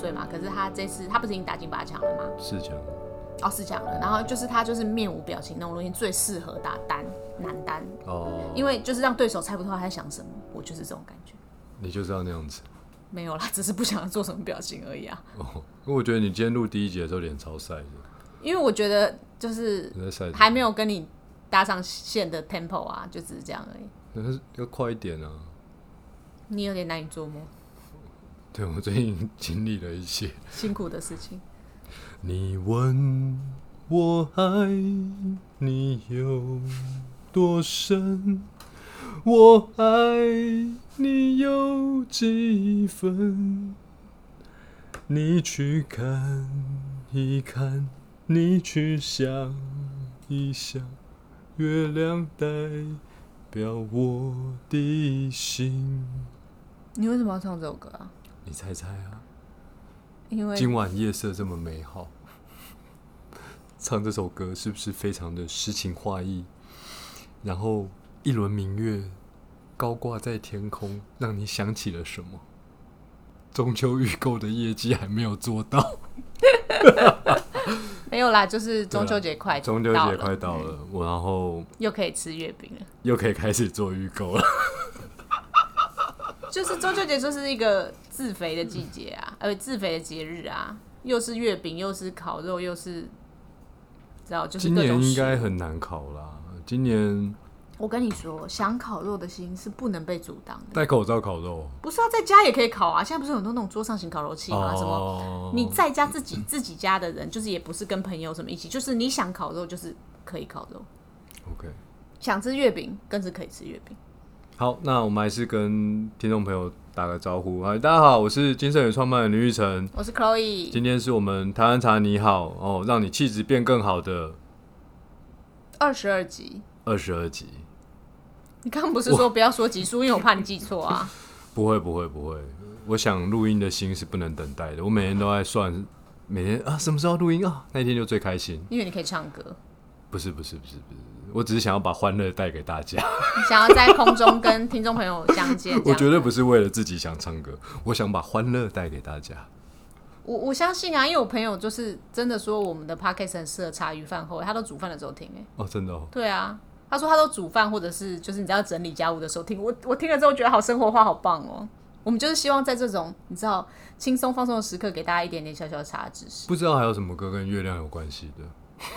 岁嘛，可是他这次他不是已经打进8强了吗 ？4强。 哦，4强了。然后就是他就是面无表情那种东西，最适合打男单哦，因为就是让对手猜不透他在想什么。我就是这种感觉。 你就是要那样子。 没有啦，只是不想做什么表情而已啊。 哦，因为我觉得你今天录第1集的时候脸超晒的。 因为我觉得就是还没有跟你搭上线的 tempo 啊，就只是这样而已。 但是要快一点啊！ 你有点难以捉摸。 对，我最近经历了一些辛苦的事情。 你问我爱你有多深，我爱你有几分？你去看一看，你去想一想，月亮代表我的心。 你为什么要唱这首歌啊？ 你猜猜啊？ 因为今晚夜色这么美好，唱这首歌是不是非常的诗情画意？然后一轮明月高挂在天空，让你想起了什么？中秋预购的业绩还没有做到。 没有啦，就是中秋节快到了， 中秋节快到了，我然后又可以吃月饼了， 又可以开始做预购了。 就是中秋节就是一个自肥的季节啊，自肥的节日啊，又是月饼，又是烤肉，又是，知道就是各种。 今年应该很难烤啦。今年我跟你说，想烤肉的心是不能被阻挡的。 戴口罩烤肉， 不是啊，在家也可以烤啊。现在不是有很多那种桌上型烤肉器吗？什么你在家自己家的人，就是也不是跟朋友什么一起，就是你想烤肉就是可以烤肉。 OK。 想吃月饼更是可以吃月饼。 好，那我们还是跟听众朋友打个招呼。嗨，大家好，我是金盛宇创办人林玉成， 我是 Chloe。今天是我们台湾茶你好哦，让你气质变更好的 22集。 22集。 你刚刚不是说不要说集数，因为我怕你记错啊。 不会，我想录音的心是不能等待的。我每天都在算，每天啊什么时候录音啊，那一天就最开心。 因为你可以唱歌。 不是，我只是想要把欢乐带给大家。 你想要在空中跟听众朋友相见。 我绝对不是为了自己想唱歌，我想把欢乐带给大家。 我相信啊，因为我朋友就是真的说我们的 podcast 很适合茶余饭后，他都煮饭的时候听。 哦，真的哦。 对啊，他说他都煮饭或者是就是你知道整理家务的时候听。我听了之后觉得好生活化，好棒哦。我们就是希望在这种你知道轻松放松的时刻，给大家一点点小小的茶知识。 不知道还有什么歌跟月亮有关系的？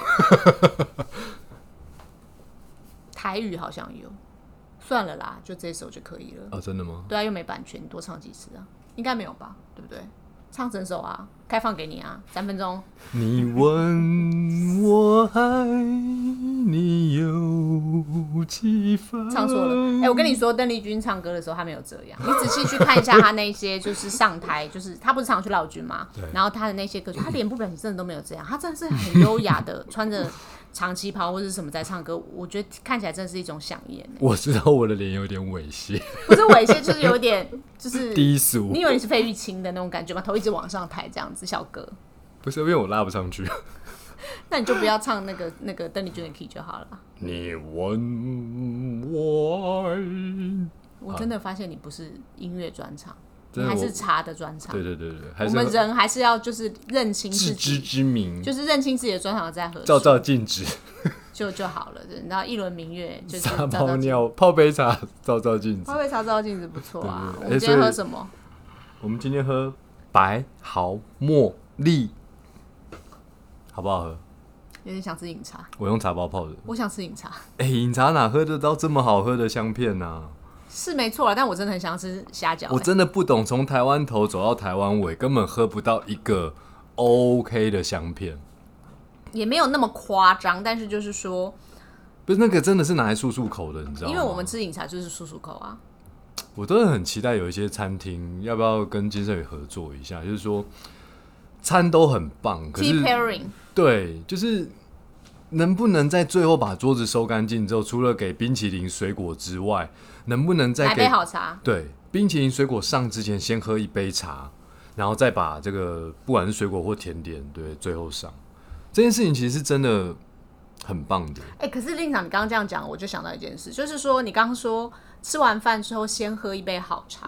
台语好像有，算了啦，就这首就可以了。 哦，真的吗？ 对啊，又没版权，多唱几次啊？应该没有吧？对不对？唱整首啊，开放给你啊，3分钟。 你问我爱你有几分？ 唱错了。我跟你说，邓丽君唱歌的时候，她没有这样。你仔细去看一下她那些，就是上台，就是她不是常去绕军嘛，然后她的那些歌曲，她脸部表情真的都没有这样，她真的是很优雅的，穿着长旗袍或者是什么在唱歌，我觉得看起来真的是一种响应。 我知道我的脸有点猥亵， 不是猥亵，就是有点就是低俗。 你以为你是费玉清的那种感觉吗？头一直往上抬这样子，小哥。 不是因为我拉不上去。 那你就不要唱那个邓丽君的 key 就好了。 你问我爱， 我真的发现你不是音乐专场。你还是茶的专场。 对， 我们人还是要就是认清自己， 自知之明， 就是认清自己的专场在何处， 照照镜子就好了。你知道一轮明月就是撒泡尿，泡杯茶，照照镜子， 泡杯茶照照镜子不错啊。我们今天喝什么？ 我们今天喝白毫茉莉，好不好喝？ 有点想吃饮茶。 我用茶包泡的。 我想吃饮茶。 饮茶哪喝得到这么好喝的香片啊？ 是没错啦，但我真的很想吃虾饺。 我真的不懂，从台湾头走到台湾尾，根本喝不到一个 OK 的香片。 也没有那么夸张，但是就是说， 不是那个真的是拿来漱漱口的，你知道吗？ 因为我们吃饮茶就是漱漱口啊。 我真的很期待有一些餐厅要不要跟金盛宇合作一下，就是说餐都很棒，可是 Tea pairing 对，就是能不能在最后把桌子收干净之后，除了给冰淇淋、水果之外，能不能再给来杯好茶？ 对，冰淇淋、水果上之前先喝一杯茶，然后再把这个不管是水果或甜点，对，最后上。这件事情其实是真的很棒的。 可是令长，你刚刚这样讲，我就想到一件事，就是说你刚刚说吃完饭之后先喝一杯好茶，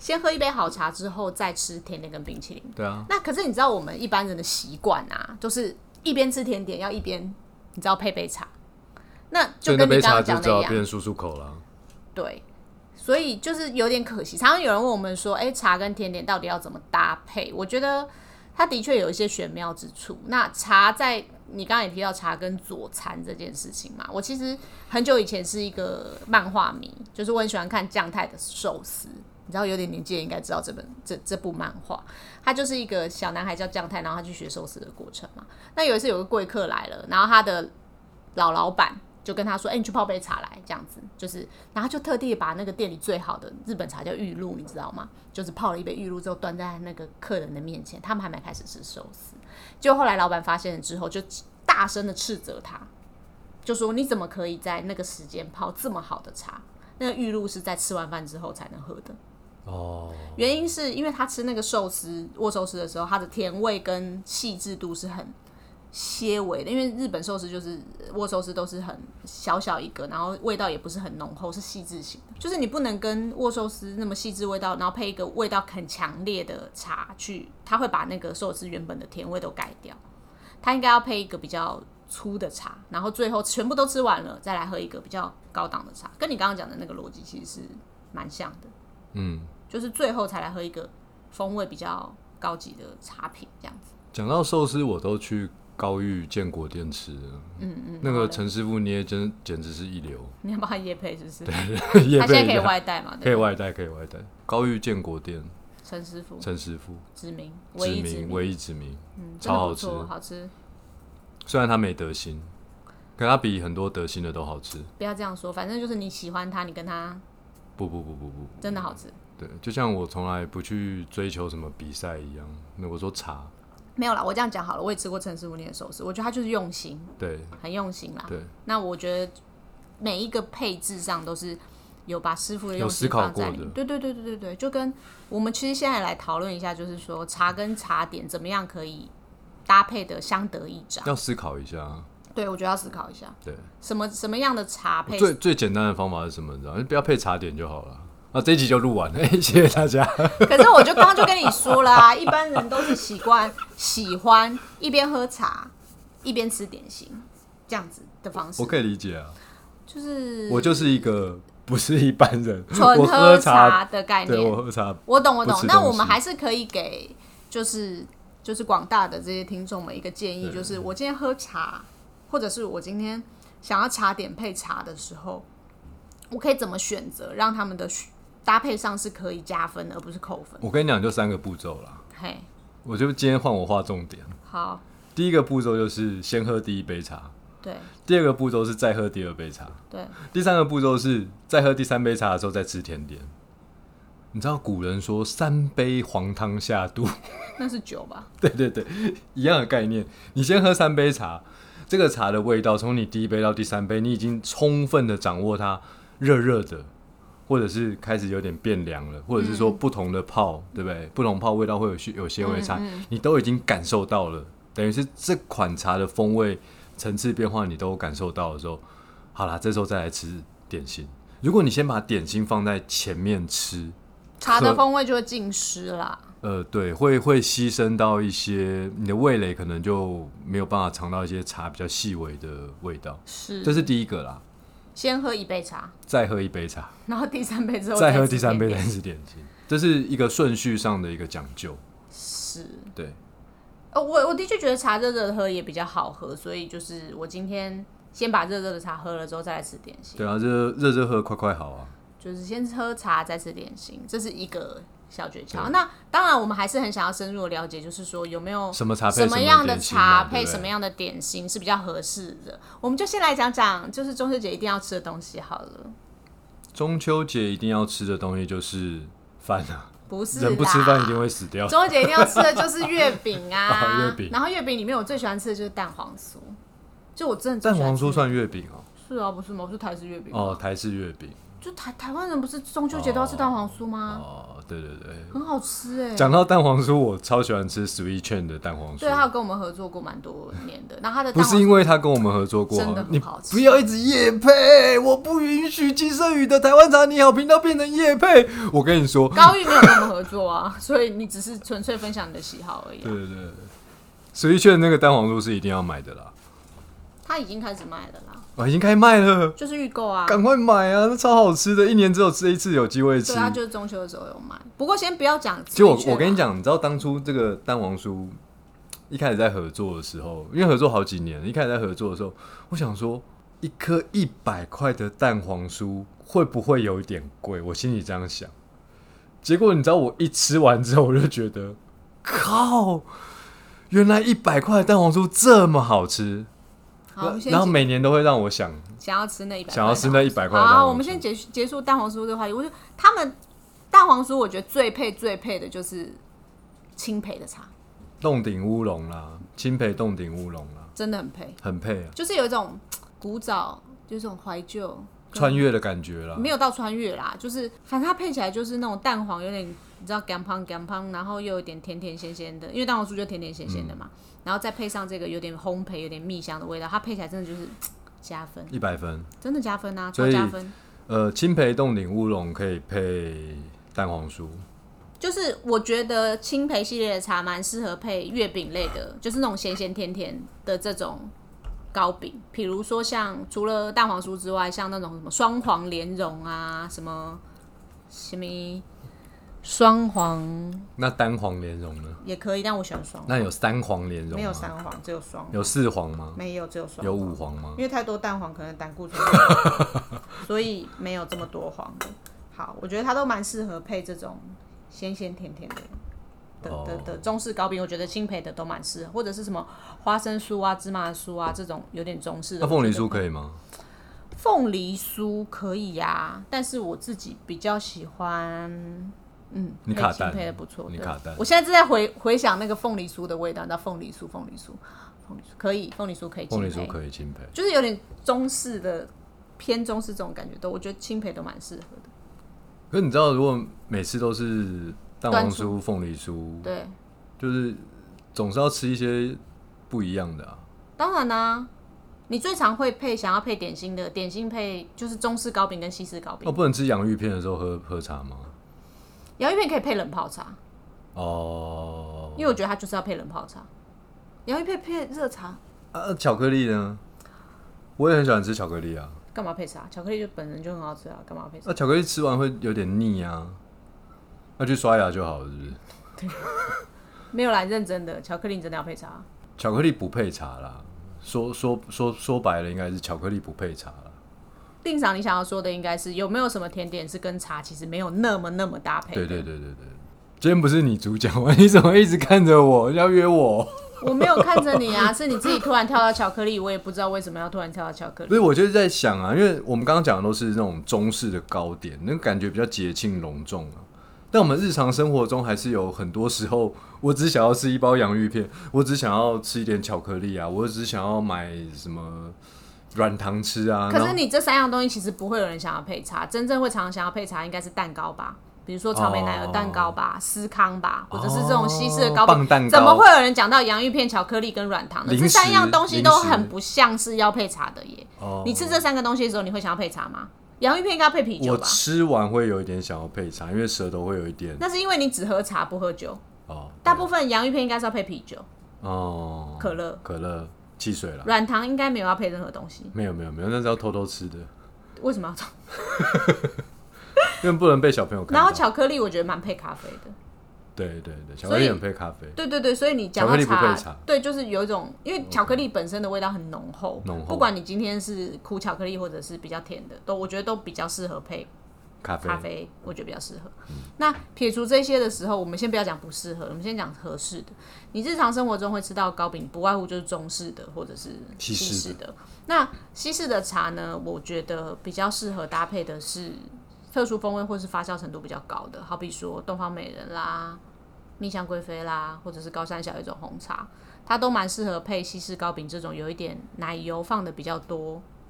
先喝一杯好茶之后再吃甜点跟冰淇淋。 对啊。 那可是你知道我们一般人的习惯啊，就是一边吃甜点要一边你知道配杯茶，那就跟你刚刚讲的一样， 变成漱漱口了。 对。所以就是有点可惜，常常有人问我们说，茶跟甜点到底要怎么搭配？我觉得它的确有一些玄妙之处。那茶在你刚刚也提到茶跟佐餐这件事情嘛，我其实很久以前是一个漫画迷，就是我很喜欢看将太的寿司。你知道有点年纪的应该知道这部漫画，它就是一个小男孩叫将太，然后他去学寿司的过程嘛。那有一次有个贵客来了，然后他的老板就跟他说：“你去泡杯茶来，这样子。”就是，然后他就特地把那个店里最好的日本茶叫玉露，你知道吗？就是泡了一杯玉露之后端在那个客人的面前，他们还没开始吃寿司。就后来老板发现了之后，就大声的斥责他，就说：“你怎么可以在那个时间泡这么好的茶？那个玉露是在吃完饭之后才能喝的。”原因是因为他吃那个握寿司的时候，它的甜味跟细致度是很些微的，因为日本寿司就是握寿司都是很小小一个，然后味道也不是很浓厚，是细致型的，就是你不能跟握寿司那么细致味道，然后配一个味道很强烈的茶去，它会把那个寿司原本的甜味都改掉。它应该要配一个比较粗的茶，然后最后全部都吃完了，再来喝一个比较高档的茶，跟你刚刚讲的那个逻辑其实是蛮像的。就是最后才来喝一个风味比较高级的茶品这样子。 讲到寿司，我都去高玉建国店吃了。那个陈师傅捏简直是一流。你要帮他业配是不是？ 对， 他现在可以外带嘛？ 可以外带。高玉建国店， 陈师傅指名， 唯一指名， 超好吃，好吃。 虽然他没得心，可他比很多得心的都好吃。 不要这样说，反正就是你喜欢他，你跟他不， 真的好吃。 对，就像我从来不去追求什么比赛一样。那我说茶没有啦，我这样讲好了。我也吃过陈师傅捏的寿司，我觉得他就是用心， 对， 很用心啦。 对， 那我觉得每一个配置上都是有把师傅的用心放在里面。对，就跟我们其实现在来讨论一下，就是说茶跟茶点怎么样可以搭配的相得益彰， 要思考一下。 对，我觉得要思考一下。 对， 什么样的茶配最简单的方法是什么？你知道，不要配茶点就好了。这一集就录完了，谢谢大家。 可是我就刚刚就跟你说了啊，一般人都是喜欢一边喝茶一边吃点心这样子的方式。 我可以理解啊， 就是我就是一个不是一般人， 纯喝茶的概念。 对，我喝茶， 我懂。那我们还是可以给就是广大的这些听众们一个建议，就是我今天喝茶，或者是我今天想要茶点配茶的时候，我可以怎么选择，让他们的搭配上是可以加分的，而不是扣分。 我跟你讲，就3个步骤啦。 嘿， 我就今天换我画重点。 好， 第一个步骤就是先喝第一杯茶。 对。 第二个步骤是再喝第2杯茶。 对。 第3个步骤是再喝第3杯茶的时候再吃甜点。你知道古人说3杯黄汤下肚， 那是酒吧？ 对，一样的概念。你先喝3杯茶，这个茶的味道从你第1杯到第3杯，你已经充分的掌握它热热的。或者是开始有点变凉了，或者是说不同的泡，对不对？不同泡味道会有些微差，你都已经感受到了，等于是这款茶的风味层次变化你都感受到的时候，好啦，这时候再来吃点心。如果你先把点心放在前面吃， 茶的风味就会浸湿啦。 对，会牺牲到一些你的味蕾，可能就没有办法尝到一些茶比较细微的味道。 是， 这是第一个啦。 先喝1杯茶， 再喝1杯茶， 然后第3杯之后再喝第3杯再吃点心，这是一个顺序上的一个讲究。 是， 对。 我的确觉得茶热热的喝也比较好喝，所以就是我今天先把热热的茶喝了之后再来吃点心。 对啊，热喝快好啊。 就是先喝茶再吃点心，这是一个小诀窍。那当然，我们还是很想要深入的了解，就是说有没有什么茶配什么样的茶配什么样的点心是比较合适的。我们就先来讲讲，就是中秋节一定要吃的东西好了。 中秋节一定要吃的东西就是饭啊。 不是啦， 人不吃饭一定会死掉。 中秋节一定要吃的就是月饼啊， 月饼。 然后月饼里面我最喜欢吃的就是蛋黄酥，就我真的蛋黄酥算月饼哦。 是啊，不是吗？我是台式月饼。 台式月饼。 就台湾人不是中秋节都要吃蛋黄酥吗？ 对对对， 很好吃哎。 讲到蛋黄酥，我超喜欢吃 Sweet Chain 的蛋黄酥。 对，他有跟我们合作过蛮多年的。那他的不是因为他跟我们合作过， 真的很好吃。 你不要一直业配，我不允许金圣宇的台湾茶你好频道变成业配。我跟你说， 高玉没有跟我们合作啊，所以你只是纯粹分享你的喜好而已。 对对对，Sweet Chain 那个蛋黄酥是一定要买的啦。 他已经开始卖了啦， 已经开卖了， 就是预购啊， 赶快买啊！那超好吃的，一年只有吃一次，有机会吃。 对，他就是中秋的时候有卖。不过先不要讲， 其实我跟你讲，你知道当初这个蛋黄酥一开始在合作的时候，因为合作好几年，一开始在合作的时候，我想说一颗100块的蛋黄酥会不会有一点贵？我心里这样想。结果你知道我一吃完之后，我就觉得靠，原来100块的蛋黄酥这么好吃。然后每年都会让我想要吃那100块， 想要吃那100块的蛋黄酥。 好，我们先结束蛋黄酥这个话题。我觉得他们蛋黄酥，我觉得最配的就是青培的茶， 洞顶乌龙啦，青培洞顶乌龙啦， 真的很配， 很配啊， 就是有一种古早，就是这种怀旧穿越的感觉啦。 没有到穿越啦，就是反正它配起来就是那种蛋黄有点你知道干胖，然后又有点甜甜咸咸的，因为蛋黄酥就甜甜咸咸的嘛。然后再配上这个有点烘焙、有点蜜香的味道，它配起来真的就是加分 ，100分， 真的加分啊，超加分。 青培洞顶乌龙可以配蛋黄酥， 就是我觉得青培系列的茶蛮适合配月饼类的，就是那种咸咸甜甜的这种糕饼，比如说像除了蛋黄酥之外，像那种什么双黄莲蓉啊，什么双黄， 那单黄莲蓉呢？ 也可以，但我喜欢双黄。 那有3黄莲蓉吗？ 没有3黄，只有双黄。 有4黄吗？ 没有，只有双黄。 有5黄吗？ 因为太多蛋黄可能胆固醇，所以没有这么多黄的。好，我觉得它都蛮适合配这种咸咸甜甜的中式糕饼，我觉得青培的都蛮适合，或者是什么花生酥啊、芝麻酥啊这种有点中式的。 那凤梨酥可以吗？ 凤梨酥可以呀，但是我自己比较喜欢。 你卡蛋配的不错， 你卡蛋。 我现在正在回想那个凤梨酥的味道，你知道凤梨酥可以，凤梨酥可以， 凤梨酥可以青培， 就是有点中式的偏中式这种感觉，我觉得青培都蛮适合的。 可是你知道，如果每次都是蛋黄酥、凤梨酥， 对， 就是总是要吃一些不一样的啊。 当然啦，你最常会想要配点心的，点心配就是中式糕饼跟西式糕饼。 不能吃洋芋片的时候喝茶吗？ 洋芋片可以配冷泡茶因为我觉得它就是要配冷泡茶。洋芋片配热茶巧克力呢？我也很喜欢吃巧克力啊。 干嘛配茶？巧克力就本身就很好吃啊，干嘛配茶？ 巧克力吃完会有点腻啊，那去刷牙就好了，是不是？ 对，没有啦，认真的，巧克力你真的要配茶？ 巧克力不配茶啦，说白了，应该是巧克力不配茶啦。 令长，你想要说的应该是有没有什么甜点是跟茶其实没有那么搭配的？ 对，今天不是你主讲吗？你怎么一直看着我，要约我？ 我没有看着你啊，是你自己突然跳到巧克力，我也不知道为什么要突然跳到巧克力。 所以我就是在想啊，因为我们刚刚讲的都是那种中式的糕点，那感觉比较节庆隆重啊。但我们日常生活中还是有很多时候，我只想要吃一包洋芋片，我只想要吃一点巧克力啊，我只想要买什么软糖吃啊。 可是你这3样东西其实不会有人想要配茶，真正会常常想要配茶应该是蛋糕吧，比如说草莓奶油蛋糕吧、司康吧，或者是这种西式的糕饼。怎么会有人讲到洋芋片、巧克力跟软糖呢？这3样东西都很不像是要配茶的耶。你吃这3个东西的时候，你会想要配茶吗？洋芋片应该要配啤酒吧？ 我吃完会有一点想要配茶，因为舌头会有一点。 那是因为你只喝茶不喝酒。大部分洋芋片应该是要配啤酒。可乐。 汽水啦， 软糖应该没有要配任何东西。 没有，那是要偷偷吃的。 为什么要偷？ 因为不能被小朋友看到。 然后巧克力我觉得蛮配咖啡的。 对，巧克力很配咖啡。 对，所以你讲到巧克力不配茶， 对，就是有一种，因为巧克力本身的味道很浓厚，不管你今天是苦巧克力或者是比较甜的，我觉得都比较适合配咖啡，我觉得比较适合。那撇除这些的时候，我们先不要讲不适合，我们先讲合适的。你日常生活中会吃到糕饼，不外乎就是中式的或者是西式的。那西式的茶呢，我觉得比较适合搭配的是特殊风味或是发酵程度比较高的，好比说东方美人啦、蜜香贵妃啦，或者是高山小叶种红茶，它都蛮适合配西式糕饼这种有一点奶油放的比较多，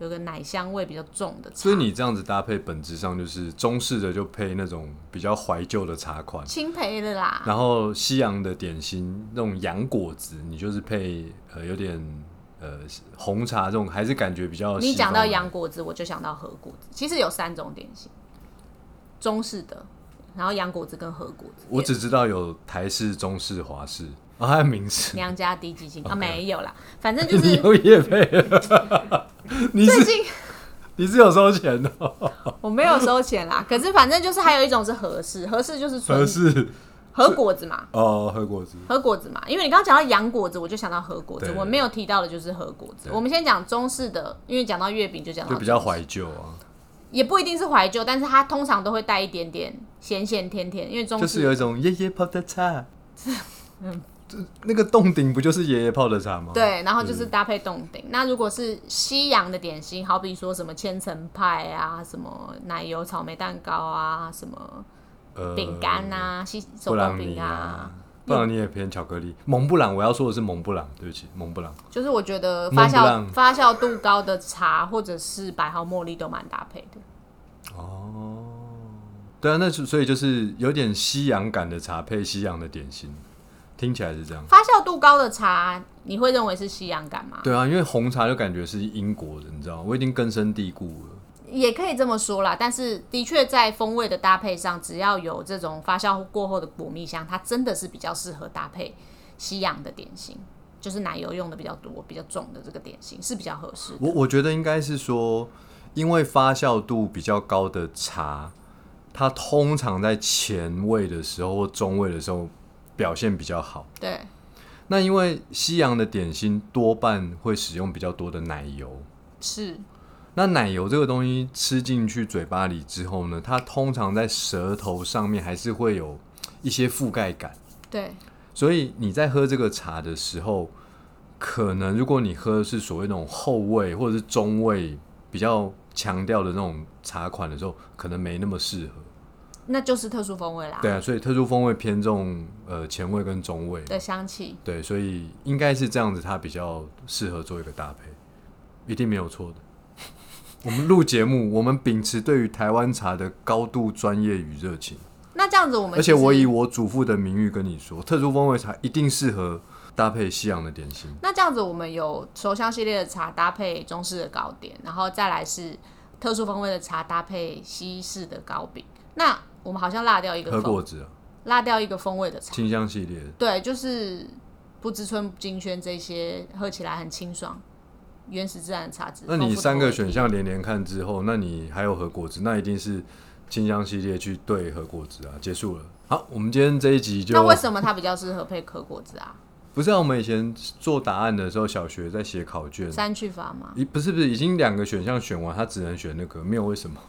有个奶香味比较重的茶。 所以你这样子搭配，本质上就是中式的就配那种比较怀旧的茶款， 轻焙的啦。 然后西洋的点心那种洋果子，你就是配有点红茶这种，还是感觉比较。 你讲到洋果子，我就想到和果子。其实有3种点心，中式的，然后洋果子跟和果子。 我只知道有台式、中式、华式，还有名字。 娘家低基金没有啦，反正就是你有业配最近你是有收钱的我没有收钱啦，可是反正就是还有一种是和式，和式就是纯和果子嘛。 和果子， 和果子嘛，因为你刚刚讲到洋果子，我就想到和果子，我没有提到的就是和果子。我们先讲中式的，因为讲到月饼就讲到就比较怀旧啊， 也不一定是怀旧，但是它通常都会带一点点咸咸甜甜，因为中式就是有一种爷爷泡的茶，那个冻顶不就是爷爷泡的茶吗？ 对，然后就是搭配冻顶。那如果是西洋的点心，好比说什么千层派啊，什么奶油草莓蛋糕啊，什么饼干啊，手工饼啊， 不然你也偏巧克力。蒙布朗，我要说的是蒙布朗，对不起，蒙布朗。 就是我觉得发酵度高的茶或者是白毫茉莉都蛮搭配的。 哦，对啊，那所以就是有点西洋感的茶配西洋的点心。听起来是这样。 发酵度高的茶，你会认为是西洋感吗？ 对啊，因为红茶就感觉是英国的，你知道吗？我已经根深蒂固了。 也可以这么说啦，但是的确在风味的搭配上，只要有这种发酵过后的果蜜香，它真的是比较适合搭配西洋的点心，就是奶油用的比较多、比较重的这个点心是比较合适的。 我觉得应该是说，因为发酵度比较高的茶，它通常在前味的时候或中味的时候表现比较好。 对。 那因为西洋的点心多半会使用比较多的奶油， 是。 那奶油这个东西吃进去嘴巴里之后呢，它通常在舌头上面还是会有一些覆盖感。 对。 所以你在喝这个茶的时候，可能如果你喝的是所谓那种后味或者是中味比较强调的那种茶款的时候，可能没那么适合。 那就是特殊风味啦。 对啊，所以特殊风味偏重前味跟中味的香气。 对，所以应该是这样子，它比较适合做一个搭配，一定没有错的。我们录节目，我们秉持对于台湾茶的高度专业与热情。 那这样子我们， 而且我以我祖父的名誉跟你说，特殊风味茶一定适合搭配西洋的点心。 那这样子我们有熟香系列的茶搭配中式的糕点，然后再来是特殊风味的茶搭配西式的糕饼。那我们好像落掉一个和果子啊， 落掉一个风味的茶， 清香系列。 对，就是不知春、金萱这些喝起来很清爽。原始自然的茶质。 那你3个选项连连看之后，那你还有和果子，那一定是清香系列去对和果子啊。结束了。好，我们今天这一集就。 那为什么它比较适合配和果子啊？ 不是啊，我们以前做答案的时候，小学在写考卷删去法吗？ 不是，已经2个选项选完，他只能选那个，没有为什么。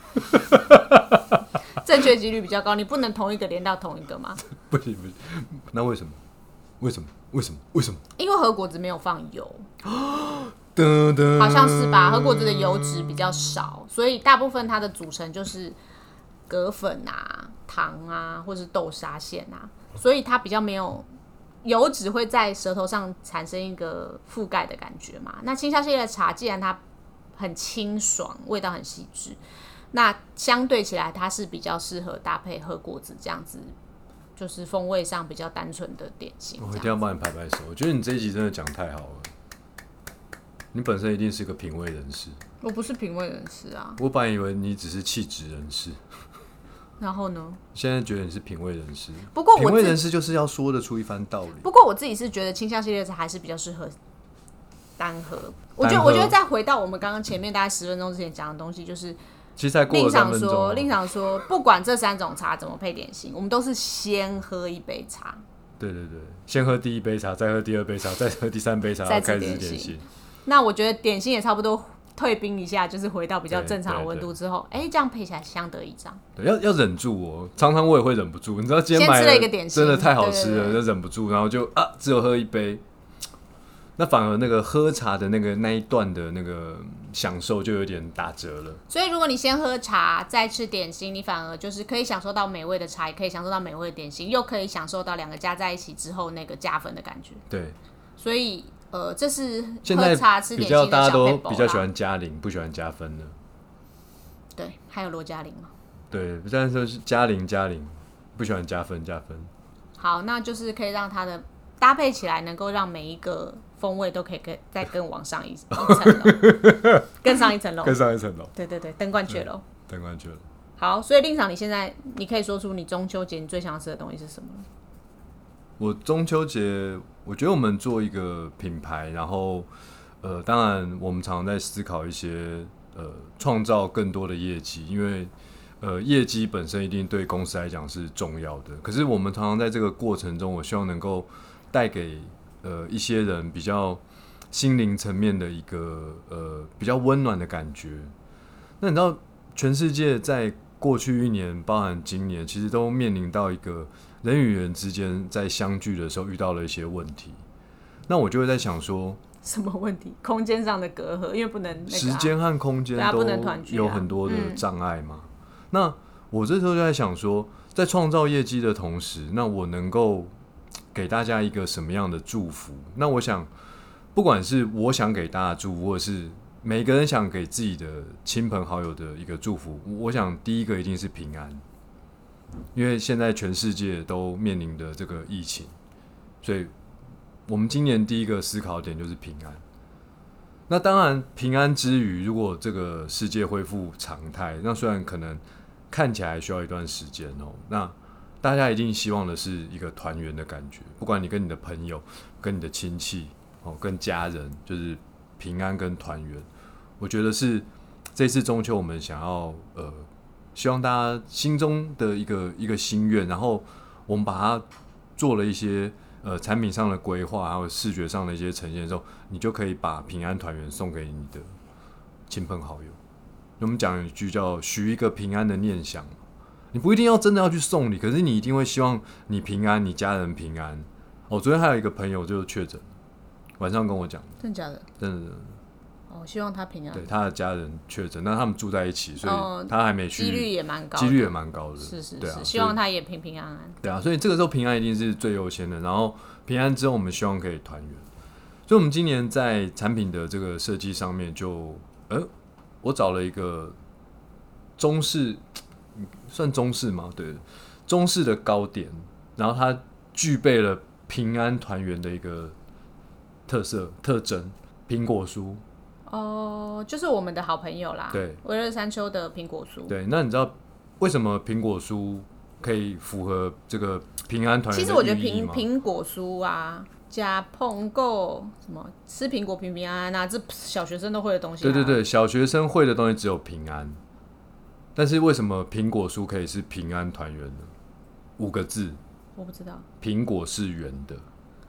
正确几率比较高，你不能同一个连到同一个吗？ 不行，那为什么？为什么？因为和果子没有放油。好像是吧，和果子的油脂比较少，所以大部分它的组成就是葛粉啊、糖啊，或是豆沙馅啊，所以它比较没有油脂会在舌头上产生一个覆盖的感觉嘛。那清香系列的茶，既然它很清爽，味道很细致，那相对起来它是比较适合搭配和果子这样子，就是风味上比较单纯的点心。 我一定要帮你拍拍手，我觉得你这一集真的讲太好了。你本身一定是个品味人士。 我不是品味人士啊。 我本来以为你只是气质人士。 然后呢？ 现在觉得你是品味人士。 不过品味人士就是要说得出一番道理。 不过我自己是觉得清香系列茶还是比较适合单喝。我觉得再回到我们刚刚前面大概10分钟之前讲的东西，就是其实才过了3分钟。 令长说，不管这3种茶怎么配点心，我们都是先喝一杯茶。 对，先喝第1杯茶，再喝第2杯茶，再喝第3杯茶，再开始吃点心。那我觉得点心也差不多退冰一下，就是回到比较正常的温度之后，这样配起来相得益彰。 对，要忍住哦，常常我也会忍不住。你知道今天买了一个点心， 真的太好吃了，就忍不住，然后就只有喝1杯。那反而那个喝茶的那一段的那个享受就有点打折了。 所以如果你先喝茶再吃点心，你反而就是可以享受到美味的茶，也可以享受到美味的点心，又可以享受到2个加在一起之后那个加分的感觉。 对。 所以这是现在喝茶吃比点心的较大家都小撇步啦比较喜欢加零，不喜欢加分的。 对，还有罗嘉玲嘛。 对，但是是加零，不喜欢加分。 好，那就是可以让它的搭配起来，能够让每一个风味都可以再更往上一层楼，更上一层楼。对对对，登鹳雀楼。好，所以令长，你可以说出你中秋节你最想要吃的东西是什么？ 我中秋节，我觉得我们做一个品牌，然后当然我们常常在思考一些创造更多的业绩，因为业绩本身一定对公司来讲是重要的。可是我们常常在这个过程中，我希望能够带给一些人比较心灵层面的一个比较温暖的感觉。那你知道，全世界在过去1年，包含今年，其实都面临到一个人与人之间在相聚的时候遇到了一些问题。那我就会在想说， 什么问题？空间上的隔阂，因为不能时间和空间都有很多的障碍嘛。那我这时候就在想说，在创造业绩的同时，那我能够给大家一个什么样的祝福？那我想，不管是我想给大家祝福，或者是每个人想给自己的亲朋好友的一个祝福，我想第一个一定是平安，因为现在全世界都面临的这个疫情，所以我们今年第一个思考点就是平安。那当然，平安之余，如果这个世界恢复常态，那虽然可能看起来需要一段时间哦，那大家一定希望的是一个团圆的感觉。不管你跟你的朋友、跟你的亲戚、跟家人，就是平安跟团圆。我觉得是这次中秋我们想要希望大家心中的一个心愿，然后我们把它做了一些产品上的规划，还有视觉上的一些呈现的时候，你就可以把平安团圆送给你的亲朋好友。我们讲一句叫许一个平安的念想，你不一定要真的要去送礼，可是你一定会希望你平安，你家人平安。昨天还有一个朋友就确诊，晚上跟我讲， 真的假的？ 真的。 希望他平安。 对，他的家人确诊，那他们住在一起，所以他还没去， 几率也蛮高的。是， 对啊， 希望他也平平安安。 对啊，所以这个时候平安一定是最优先的。然后平安之后，我们希望可以团圆。所以，我们今年在产品的这个设计上面我找了一个中式，算中式吗？对，中式的糕点，然后它具备了平安团圆的一个特征，苹果酥。 就是我们的好朋友啦， 对， 微热山丘的苹果酥。 对，那你知道为什么苹果酥可以符合这个平安团圆的寓意吗？ 其实我觉得苹果酥啊，加碰够什么吃苹果平平安安啊，这小学生都会的东西。 对，小学生会的东西只有平安，但是为什么苹果酥可以是平安团圆呢？5个字， 我不知道。 苹果是圆的。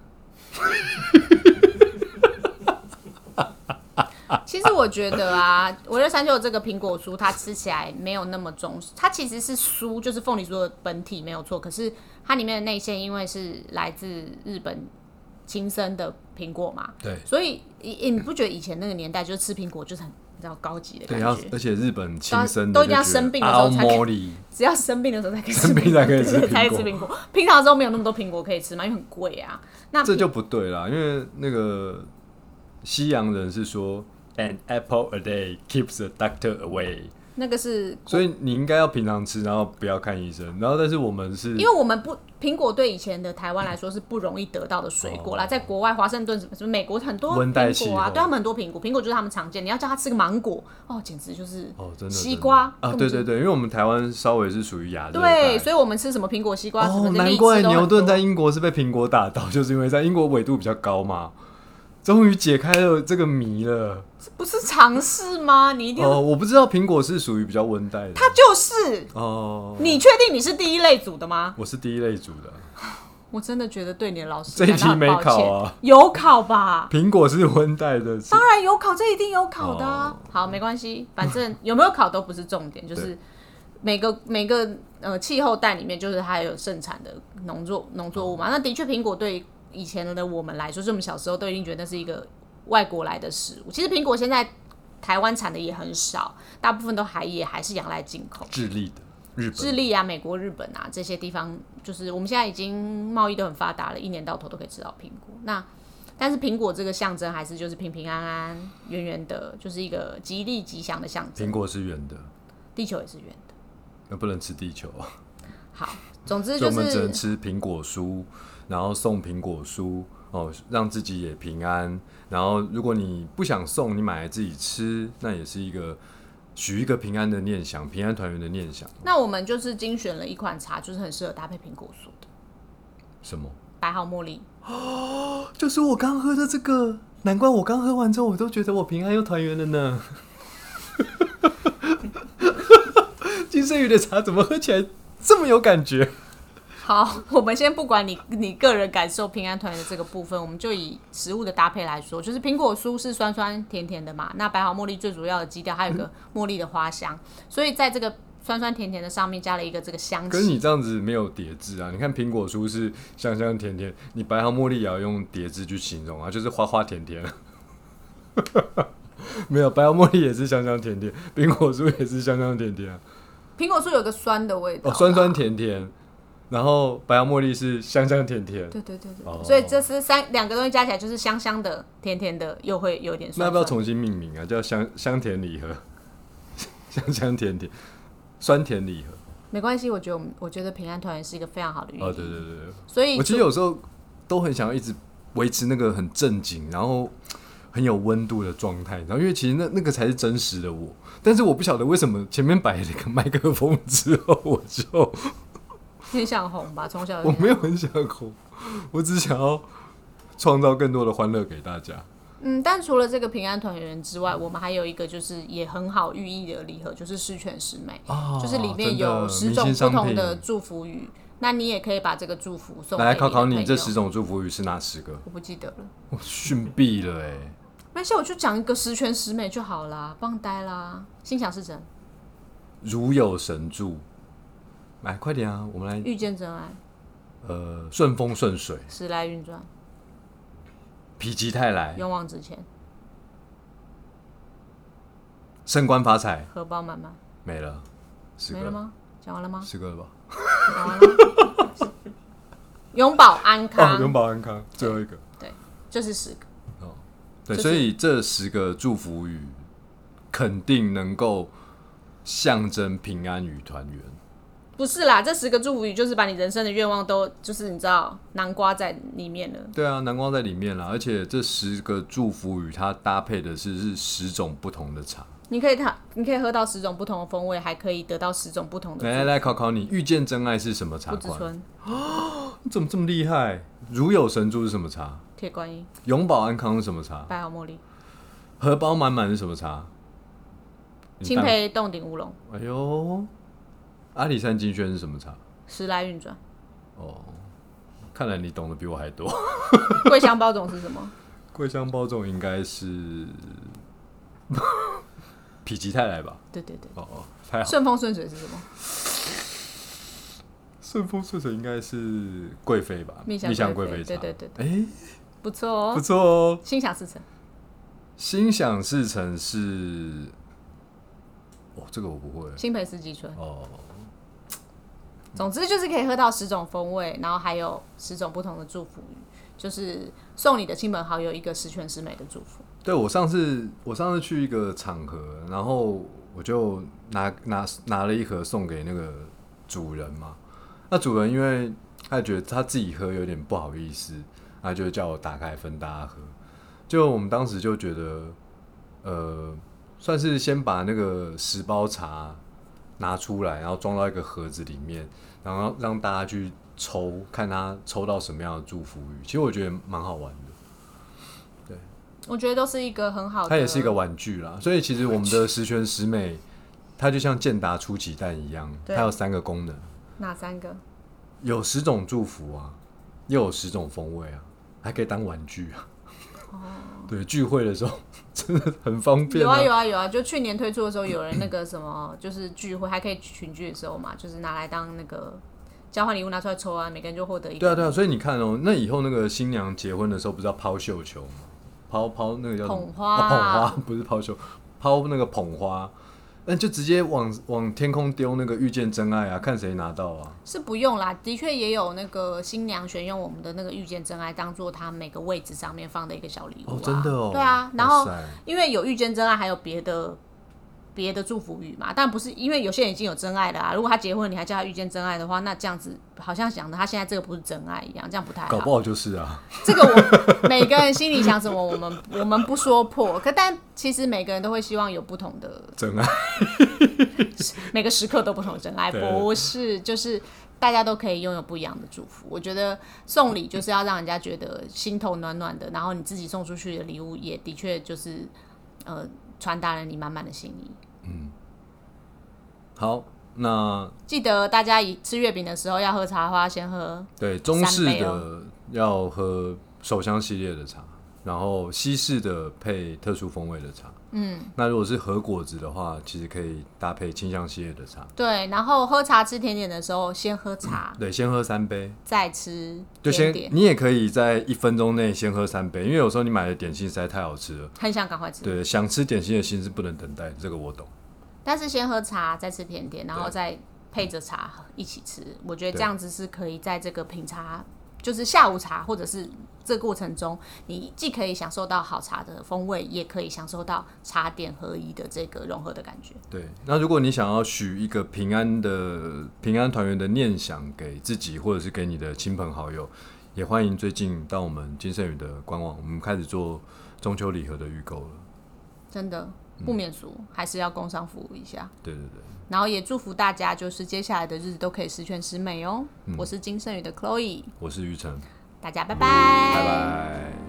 其实我觉得啊，微热山丘的这个苹果酥，它吃起来没有那么重，它其实是酥，就是凤梨酥的本体没有错，可是它里面的内馅因为是来自日本亲生的苹果嘛， 对， 所以你不觉得以前那个年代就是吃苹果就是很你知道高级的感觉？ 对，而且日本亲生的都一定要生病的时候才可以，只要生病的时候才可以吃苹果，平常的时候没有那么多苹果可以吃嘛，因为很贵啊。那这就不对啦，因为那个西洋人是说 "An apple a day keeps the doctor away"， 那个是， 所以你应该要平常吃，然后不要看医生。然后，但是我们是， 因为我们不苹果对以前的台湾来说是不容易得到的水果啦，在国外华盛顿什么美国很多苹果啊，对他们很多苹果就是他们常见。你要叫他吃个芒果，简直就是真的西瓜啊，对，因为我们台湾稍微是属于亚热带，对，所以我们吃什么苹果、西瓜什么的， 难怪牛顿在英国是被苹果打到，就是因为在英国纬度比较高嘛。终于解开了这个谜了， 这不是常识吗？你一定我不知道苹果是属于比较温带的， 它就是你确定你是第一类组的吗？ 我是第一类组的。 我真的觉得对你的老师这一题没考啊？ 有考吧？ 苹果是温带的， 当然有考，这一定有考的啊。好，没关系，反正有没有考都不是重点，就是每个气候带里面，就是它有盛产的农作物嘛。那的确，苹果对以前的我们来说，就是我们小时候都一定觉得那是一个外国来的食物。其实苹果现在台湾产的也很少，大部分都还是仰赖进口。 智利啊、美国、日本啊这些地方，就是我们现在已经贸易都很发达了，一年到头都可以吃到苹果。那但是苹果这个象征还是就是平平安安、圆圆的，就是一个吉利吉祥的象征。 苹果是圆的， 地球也是圆的， 那不能吃地球啊。 好，总之所以我们只能吃苹果酥，然后送苹果酥哦，让自己也平安。然后如果你不想送，你买来自己吃，那也是一个许一个平安的念想，平安团圆的念想。 那我们就是精选了一款茶，就是很适合搭配苹果酥的。 什么？ 白毫茉莉。 哦，就是我刚喝的这个，难怪我刚喝完之后，我都觉得我平安又团圆了呢。金圣宇的茶怎么喝起来这么有感觉？ 好，我们先不管你个人感受平安团圆的这个部分，我们就以食物的搭配来说，就是苹果酥是酸酸甜甜的嘛，那白毫茉莉最主要的基调，它有个茉莉的花香，所以在这个酸酸甜甜的上面加了一个这个香气。 可是你这样子没有叠字啊！你看苹果酥是香香甜甜，你白毫茉莉也要用叠字去形容啊，就是花花甜甜。没有，白毫茉莉也是香香甜甜，苹果酥也是香香甜甜啊。 苹果酥有个酸的味道， 酸酸甜甜，然后白毫茉莉是香香甜甜。 对，所以这是两个东西加起来就是香香的、甜甜的，又会有点酸酸。 那要不要重新命名啊？叫香甜礼盒，香香甜甜，酸甜礼盒。 没关系，我觉得平安团圆是一个非常好的寓意。 对。 所以我其实有时候都很想要一直维持那个很正经，然后很有温度的状态，然后因为其实那个才是真实的我。但是我不晓得为什么前面摆了一个麦克风之后，我就很想红吧，从小我没有很想红，我只想要创造更多的欢乐给大家。 但除了这个平安团圆之外，我们还有一个就是也很好寓意的礼盒，就是十全十美，就是里面有10种不同的祝福语。那你也可以把这个祝福送给你的朋友。来考考你，这10种祝福语是哪10个？ 我不记得了， 我逊毙了没关系，我就讲一个十全十美就好啦，棒呆啦，心想事成， 如有神助。来，快点啊，我们来遇见真爱， 顺风顺水， 时来运转， 否极泰来， 勇往直前， 升官发财， 荷包满满。 没了，10个没了吗？讲完了吗 ？10个了吧？ 讲完了。永保安康， 永保安康，最后一个。 对，就是10个。 对，所以这10个祝福语肯定能够象征平安与团圆。 不是啦，这10个祝福语就是把你人生的愿望都就是你知道囊括在里面了。 对啊，囊括在里面了，而且这10个祝福语它搭配的是10种不同的茶。你可以喝到10种不同的风味，还可以得到10种不同的。 来考考你，遇见真爱是什么茶款？ 不知春。 你怎么这么厉害？如有神助是什么茶？ 铁观音。 永保安康是什么茶？ 白毫茉莉。 荷包满满是什么茶？ 青培洞顶乌龙。 哎呦，阿里山金萱是什么茶？ 时来运转。 哦，看来你懂得比我还多。 桂香包种是什么？ 桂香包种应该是否极泰来吧？ 对。 哦，太好。 顺风顺水是什么？ 顺风顺水应该是贵妃吧？蜜香贵妃茶。 对。不错哦， 不错哦。 心想事成。 心想事成是，这个我不会。 青培四季春。总之就是可以喝到10种风味，然后还有10种不同的祝福语，就是送你的亲朋好友一个十全十美的祝福。 对，我上次去一个场合，然后我就拿了一盒送给那个主人嘛。那主人因为他觉得他自己喝有点不好意思，他就叫我打开分大家喝。就我们当时就觉得，算是先把那个10包茶拿出来，然后装到一个盒子里面，然后让大家去抽，看他抽到什么样的祝福语。其实我觉得蛮好玩的。对， 我觉得都是一个很好的， 它也是一个玩具啦。所以其实我们的十全十美，它就像健达出奇蛋一样，它有3个功能。 哪3个？ 有10种祝福啊，又有10种风味啊，还可以当玩具啊。对，聚会的时候真的很方便。 有啊，就去年推出的时候，有人那个什么，就是聚会还可以群聚的时候嘛，就是拿来当那个交换礼物拿出来抽啊，每个人就获得一个。 对啊，所以你看那以后那个新娘结婚的时候，不是要抛绣球吗？抛那个叫捧花， 捧花不是抛绣，抛那个捧花。 那就直接往天空丢那个遇见真爱啊，看谁拿到啊。 是不用啦，的确也有那个新娘选用我们的那个遇见真爱当做她每个位置上面放的一个小礼物啊。 真的哦。 对啊，然后因为有遇见真爱，还有别的祝福语嘛，但不是因为有些人已经有真爱了啊。如果他结婚，你还叫他遇见真爱的话，那这样子好像想的他现在这个不是真爱一样，这样不太好。 搞不好就是啊。 这个我每个人心里想什么，我们不说破，但其实每个人都会希望有不同的真爱， 每个时刻都不同的真爱，不是就是大家都可以拥有不一样的祝福。我觉得送礼就是要让人家觉得心头暖暖的，然后你自己送出去的礼物也的确就是传达了你满满的心意。 好，那记得大家吃月饼的时候要喝茶的话，先喝对中式的要喝手香系列的茶，然后西式的配特殊风味的茶。那如果是和果子的话，其实可以搭配清香系列的茶。 对，然后喝茶吃甜点的时候，先喝茶， 对，先喝3杯， 再吃就甜点。 你也可以在1分钟内先喝3杯，因为有时候你买的点心实在太好吃了， 很想赶快吃。 对，想吃点心的心是不能等待，这个我懂。 但是先喝茶，再吃甜点，然后再配着茶一起吃，我觉得这样子是可以在这个品茶，就是下午茶或者是这个过程中，你既可以享受到好茶的风味，也可以享受到茶点合一的这个融合的感觉。 对，那如果你想要许一个平安团圆的念想给自己，或者是给你的亲朋好友，也欢迎最近到我们金盛宇的官网，我们开始做中秋礼盒的预购了。 真的不免俗，还是要工商服务一下。 对对对。 然后也祝福大家，就是接下来的日子都可以十全十美哦。我是金盛宇的 Chloe， 我是玉成， 大家拜拜， 拜拜。